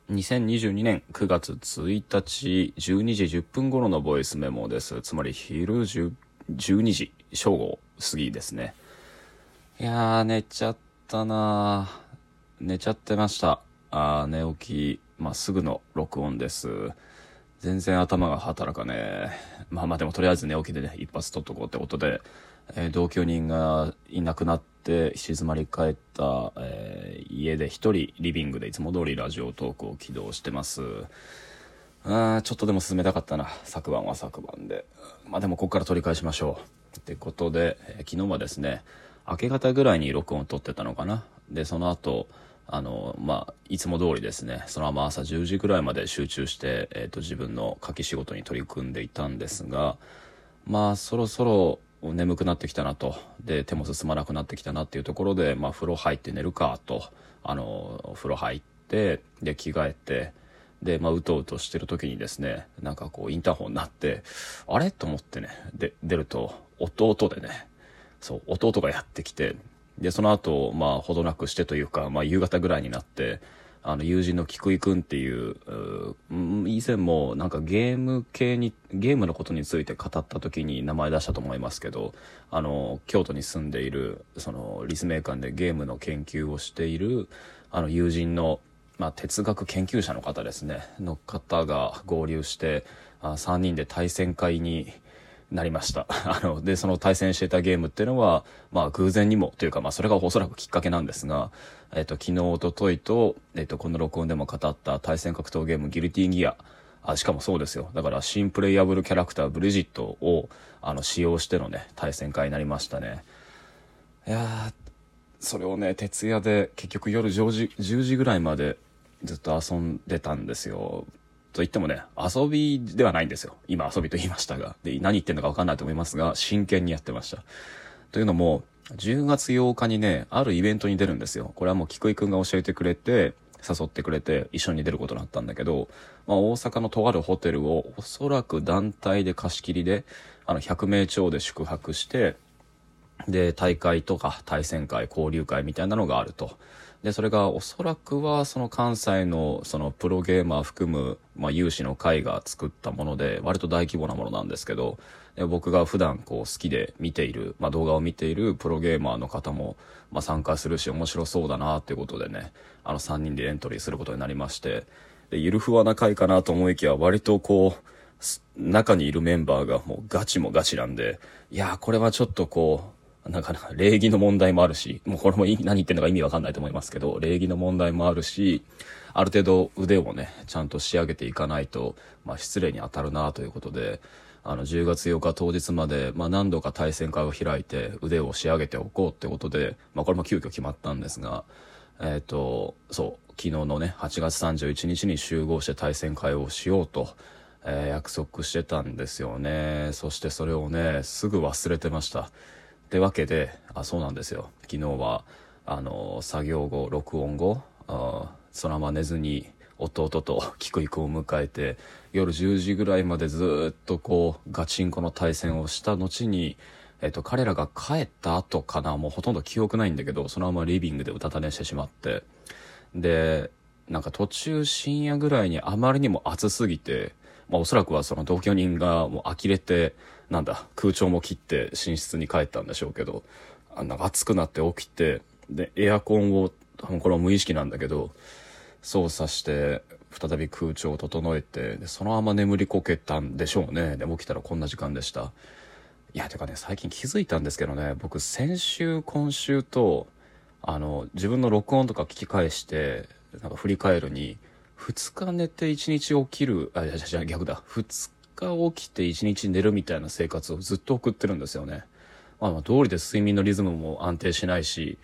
2022年9月1日12時10分頃のボイスメモです。つまり昼12時正午過ぎですね。いやー寝ちゃったなー。寝ちゃってました。寝起き、すぐの録音です。全然頭が働かねえ。でもとりあえず寝起きでね、一発撮っとこうってことで、同居人がいなくなって静まり返った、家で一人リビングでいつも通りラジオトークを起動してます。ちょっとでも進めたかったな。昨晩は昨晩で。でもここから取り返しましょう。ってことで、昨日はですね、明け方ぐらいに録音を撮ってたのかな。で、その後、いつも通りですね、そのまま朝10時ぐらいまで集中して、自分の書き仕事に取り組んでいたんですが、そろそろ眠くなってきたなと。で、手も進まなくなってきたなっていうところで、風呂入って寝るかと。風呂入って、で、着替えて、で、うとうとしてる時にですね、インターホンになって、あれと思ってね、で、出ると、弟でね、弟がやってきて、で、その後、ほどなくしてというか、夕方ぐらいになって、友人の菊井くんっていう、以前もゲームのことについて語った時に名前出したと思いますけど、京都に住んでいる、立命館でゲームの研究をしている、友人の、哲学研究者の方ですね、の方が合流して、3人で対戦会に、なりました。で、その対戦していたゲームっていうのは、偶然にもというか、それがおそらくきっかけなんですが、昨日、一昨日と、この録音でも語った対戦格闘ゲームギルティギア、しかもそうですよ。だから、新プレイヤブルキャラクターブリジットを、使用してのね、対戦会になりましたね。いやー、それをね、徹夜で、結局夜10時ぐらいまでずっと遊んでたんですよ。と言ってもね、遊びではないんですよ。今遊びと言いましたが。で、何言ってんのか分かんないと思いますが、真剣にやってました。というのも、10月8日にね、あるイベントに出るんですよ。これはもう菊井くんが教えてくれて、誘ってくれて、一緒に出ることになったんだけど、大阪のとあるホテルを、おそらく団体で貸し切りで、100名超で宿泊して、で、大会とか対戦会、交流会みたいなのがあると。で、それがおそらくはその関西のそのプロゲーマー含む、有志の会が作ったもので、割と大規模なものなんですけど、僕が普段好きで見ている、動画を見ているプロゲーマーの方も、参加するし面白そうだなっていうことでね、3人でエントリーすることになりまして、で、ゆるふわな会かなと思いきや、割と中にいるメンバーがもうガチもガチなんで、いやー、これはちょっと礼儀の問題もあるし、もうこれも何言ってんのか意味わかんないと思いますけど、礼儀の問題もあるし、ある程度腕をね、ちゃんと仕上げていかないと、失礼に当たるなということで、10月8日当日まで、何度か対戦会を開いて腕を仕上げておこうってことで、これも急遽決まったんですが、昨日のね、8月31日に集合して対戦会をしようと、約束してたんですよね。そしてそれをね、すぐ忘れてました。ってわけで、そうなんですよ。昨日は、作業後、録音後、そのまま寝ずに弟と菊井くんを迎えて、夜10時ぐらいまでずっとガチンコの対戦をした後に、彼らが帰った後かな、もうほとんど記憶ないんだけど、そのままリビングでうたた寝してしまって、で、途中深夜ぐらいにあまりにも暑すぎて、おそらくはその同居人がもう呆れて、空調も切って寝室に帰ったんでしょうけど、暑くなって起きて、で、エアコンを、これは無意識なんだけど、操作して、再び空調を整えて、で、そのまま眠りこけたんでしょうね。で、起きたらこんな時間でした。いや、てかね、最近気づいたんですけどね、僕先週、今週と、自分の録音とか聞き返して、振り返るに、2日寝て1日起きる、逆だ。2日起きて1日寝るみたいな生活をずっと送ってるんですよね。道理で睡眠のリズムも安定しないし、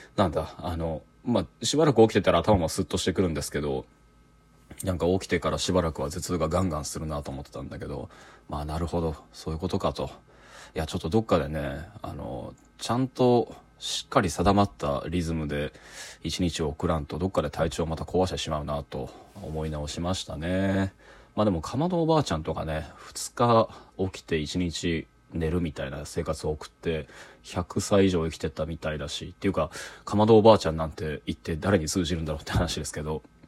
しばらく起きてたら頭もスッとしてくるんですけど、起きてからしばらくは頭痛がガンガンするなと思ってたんだけど、なるほど、そういうことかと。いや、ちょっとどっかでね、ちゃんとしっかり定まったリズムで一日を送らんと、どっかで体調をまた壊してしまうなと思い直しましたね。でも、かまどおばあちゃんとかね、2日起きて1日寝るみたいな生活を送って、100歳以上生きてたみたいだし、っていうか、かまどおばあちゃんなんて言って誰に通じるんだろうって話ですけど、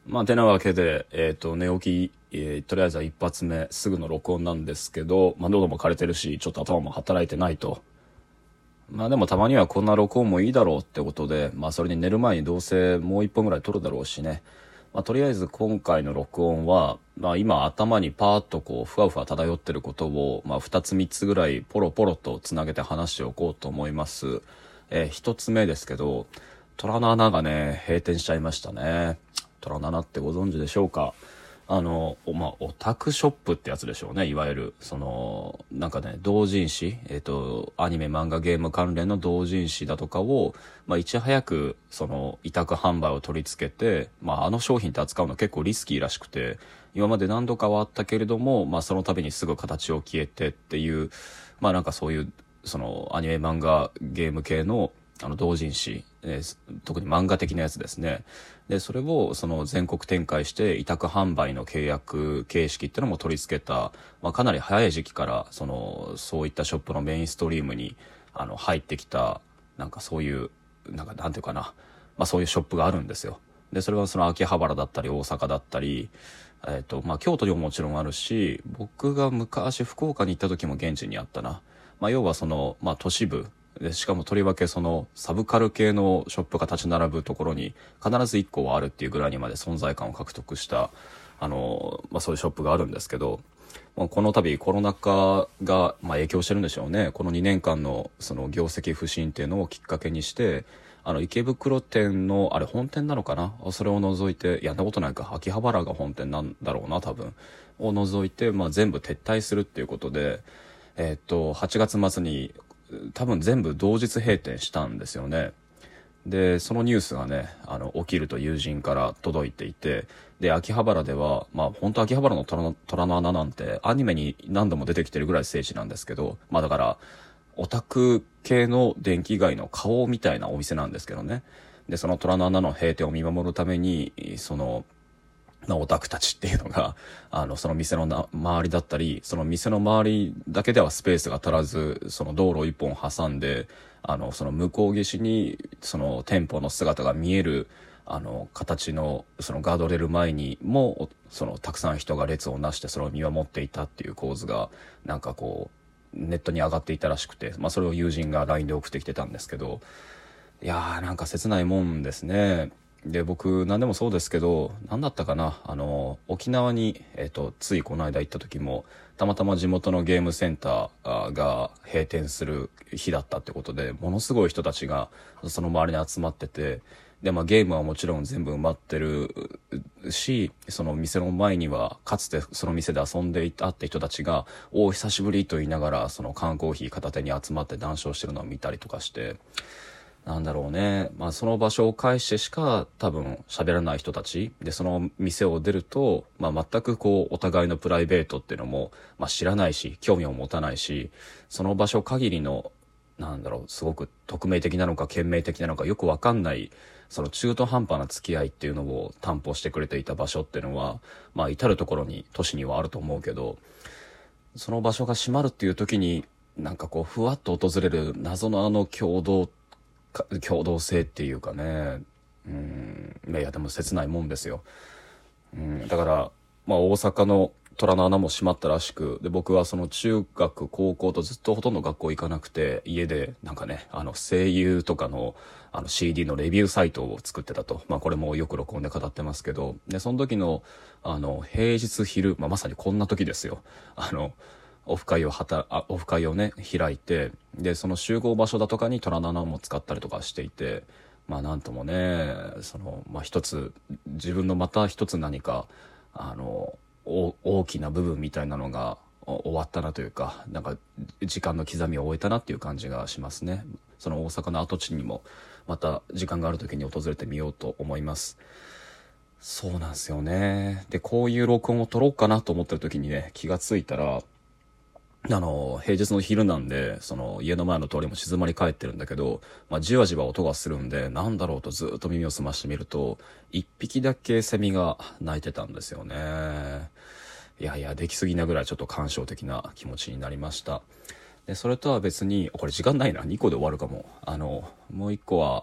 てなわけで、寝起き、とりあえずは一発目、すぐの録音なんですけど、喉も枯れてるし、ちょっと頭も働いてないと。でもたまにはこんな録音もいいだろうってことで、それに寝る前にどうせもう一本ぐらい撮るだろうしね。とりあえず今回の録音は、今頭にパーッとこう、ふわふわ漂ってることを、二つ三つぐらいポロポロとつなげて話しておこうと思います。一つ目ですけど、虎の穴がね、閉店しちゃいましたね。虎の穴ってご存知でしょうか？オタクショップってやつでしょうね。いわゆる、同人誌、アニメ、漫画、ゲーム関連の同人誌だとかを、いち早く、委託販売を取り付けて、あの商品って扱うの結構リスキーらしくて、今まで何度かはあったけれども、その度にすぐ形を消えてっていう、そういう、アニメ、漫画、ゲーム系の、同人誌、特に漫画的なやつですね。で、それを全国展開して委託販売の契約形式っていうのも取り付けた、かなり早い時期からそういったショップのメインストリームに入ってきた、そういうなんていうかな、そういうショップがあるんですよ。で、それは秋葉原だったり大阪だったり、京都にももちろんあるし、僕が昔福岡に行った時も現地にあったな。要は都市部で、しかもとりわけサブカル系のショップが立ち並ぶところに必ず1個はあるっていうぐらいにまで存在感を獲得したそういうショップがあるんですけど、この度コロナ禍が影響してるんでしょうね。この2年間の業績不振っていうのをきっかけにして、池袋店のあれ本店なのかな、それを除いて、いや、そんなことないか、秋葉原が本店なんだろうな多分、を除いて、全部撤退するっていうことで、8月末に多分全部同日閉店したんですよね。で、そのニュースがね、起きると友人から届いていて、で、秋葉原では、本当秋葉原の虎の穴なんてアニメに何度も出てきてるぐらい聖地なんですけど、だから、オタク系の電気街の顔みたいなお店なんですけどね。で、その虎の穴の閉店を見守るために、オタクたちっていうのが、その店の周りだったり、その店の周りだけではスペースが足らず、その道路一本挟んで、その向こう岸に、その店舗の姿が見える、形の、そのガードレール前にも、たくさん人が列をなしてそれを見守っていたっていう構図が、ネットに上がっていたらしくて、それを友人が LINE で送ってきてたんですけど、いやー切ないもんですね。で、僕何でもそうですけど、何だったかな、沖縄に、ついこの間行った時も、たまたま地元のゲームセンターが閉店する日だったってことで、ものすごい人たちがその周りに集まってて、で、ゲームはもちろん全部埋まってるし、その店の前には、かつてその店で遊んでいたって人たちが、久しぶりと言いながら、その缶コーヒー片手に集まって談笑してるのを見たりとかして、なんだろうね。その場所を介してしか多分喋らない人たちで、その店を出ると、全くお互いのプライベートっていうのも、知らないし、興味を持たないし、その場所限りの、すごく匿名的なのか懸命的なのかよくわかんない、その中途半端な付き合いっていうのを担保してくれていた場所っていうのは、至るところに、都市にはあると思うけど、その場所が閉まるっていう時に、ふわっと訪れる謎の共同性っていうかね、いやでも切ないもんですよ。だから大阪の虎の穴も閉まったらしく、で僕はその中学高校とずっとほとんど学校行かなくて、家で声優とかのCD のレビューサイトを作ってたと、これもよく録音で語ってますけど、でその時の平日昼、まさにこんな時ですよ。オフ会をね、開いて、で、その集合場所だとかに虎の穴も使ったりとかしていて、なんともね、一つ、自分のまた一つ何か、大きな部分みたいなのが終わったなというか、時間の刻みを終えたなっていう感じがしますね。その大阪の跡地にも、また時間がある時に訪れてみようと思います。そうなんですよね。で、こういう録音を撮ろうかなと思ってる時にね、気がついたら、平日の昼なんで、家の前の通りも静まり返ってるんだけど、じわじわ音がするんで、なんだろうとずっと耳を澄ましてみると、一匹だけセミが鳴いてたんですよね。いやいや、できすぎなぐらいちょっと感傷的な気持ちになりました。で、それとは別に、これ時間ないな、2個で終わるかも。もう1個は、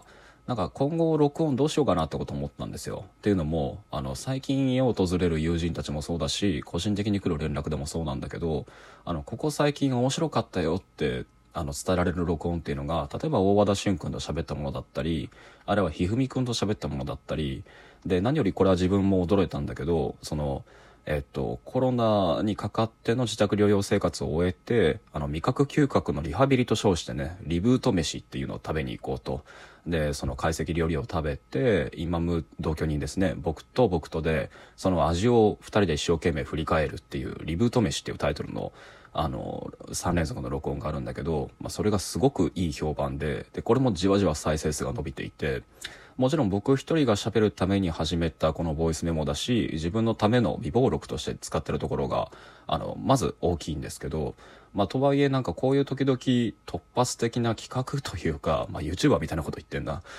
なんか今後録音どうしようかなってこと思ったんですよ。っていうのも、最近家を訪れる友人たちもそうだし、個人的に来る連絡でもそうなんだけど、ここ最近面白かったよって、伝えられる録音っていうのが、例えば大和田俊君と喋ったものだったり、あるいはひふみ君と喋ったものだったり、で、何よりこれは自分も驚いたんだけど、コロナにかかっての自宅療養生活を終えて、味覚嗅覚のリハビリと称してね、リブート飯っていうのを食べに行こうと。で、その懐石料理を食べて、今ム同居人ですね、僕とで、その味を二人で一生懸命振り返るっていう、リブート飯っていうタイトルの、3連続の録音があるんだけど、それがすごくいい評判で、これもじわじわ再生数が伸びていて、もちろん僕一人が喋るために始めたこのボイスメモだし、自分のための備忘録として使ってるところが、まず大きいんですけど、とはいえなんかこういう時々突発的な企画というか、YouTuber みたいなこと言ってんだ。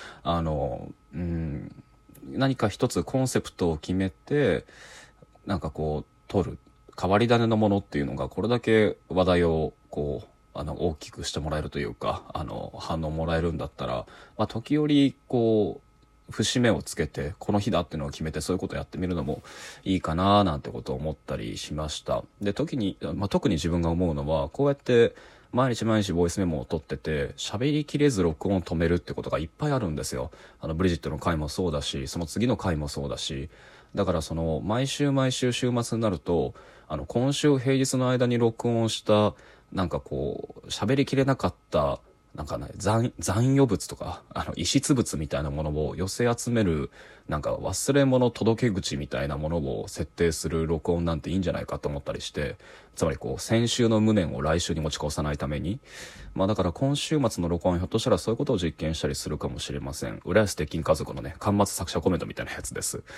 何か一つコンセプトを決めて、なんかこう、撮る。変わり種のものっていうのが、これだけ話題をこう、大きくしてもらえるというか、反応もらえるんだったら、時折、こう、節目をつけて、この日だっていうのを決めて、そういうことをやってみるのもいいかななんてことを思ったりしました。で、特に自分が思うのは、こうやって、毎日毎日ボイスメモを取ってて、喋りきれず録音を止めるってことがいっぱいあるんですよ。ブリジットの回もそうだし、その次の回もそうだし、だから毎週毎週週末になると、今週平日の間に録音した、なんかこう、喋りきれなかった、なんかね、残余物とか、遺失物みたいなものを寄せ集める、なんか忘れ物届け口みたいなものを設定する録音なんていいんじゃないかと思ったりして、つまりこう、先週の無念を来週に持ち越さないために、だから今週末の録音ひょっとしたらそういうことを実験したりするかもしれません。浦安鉄筋家族のね、端末作者コメントみたいなやつです。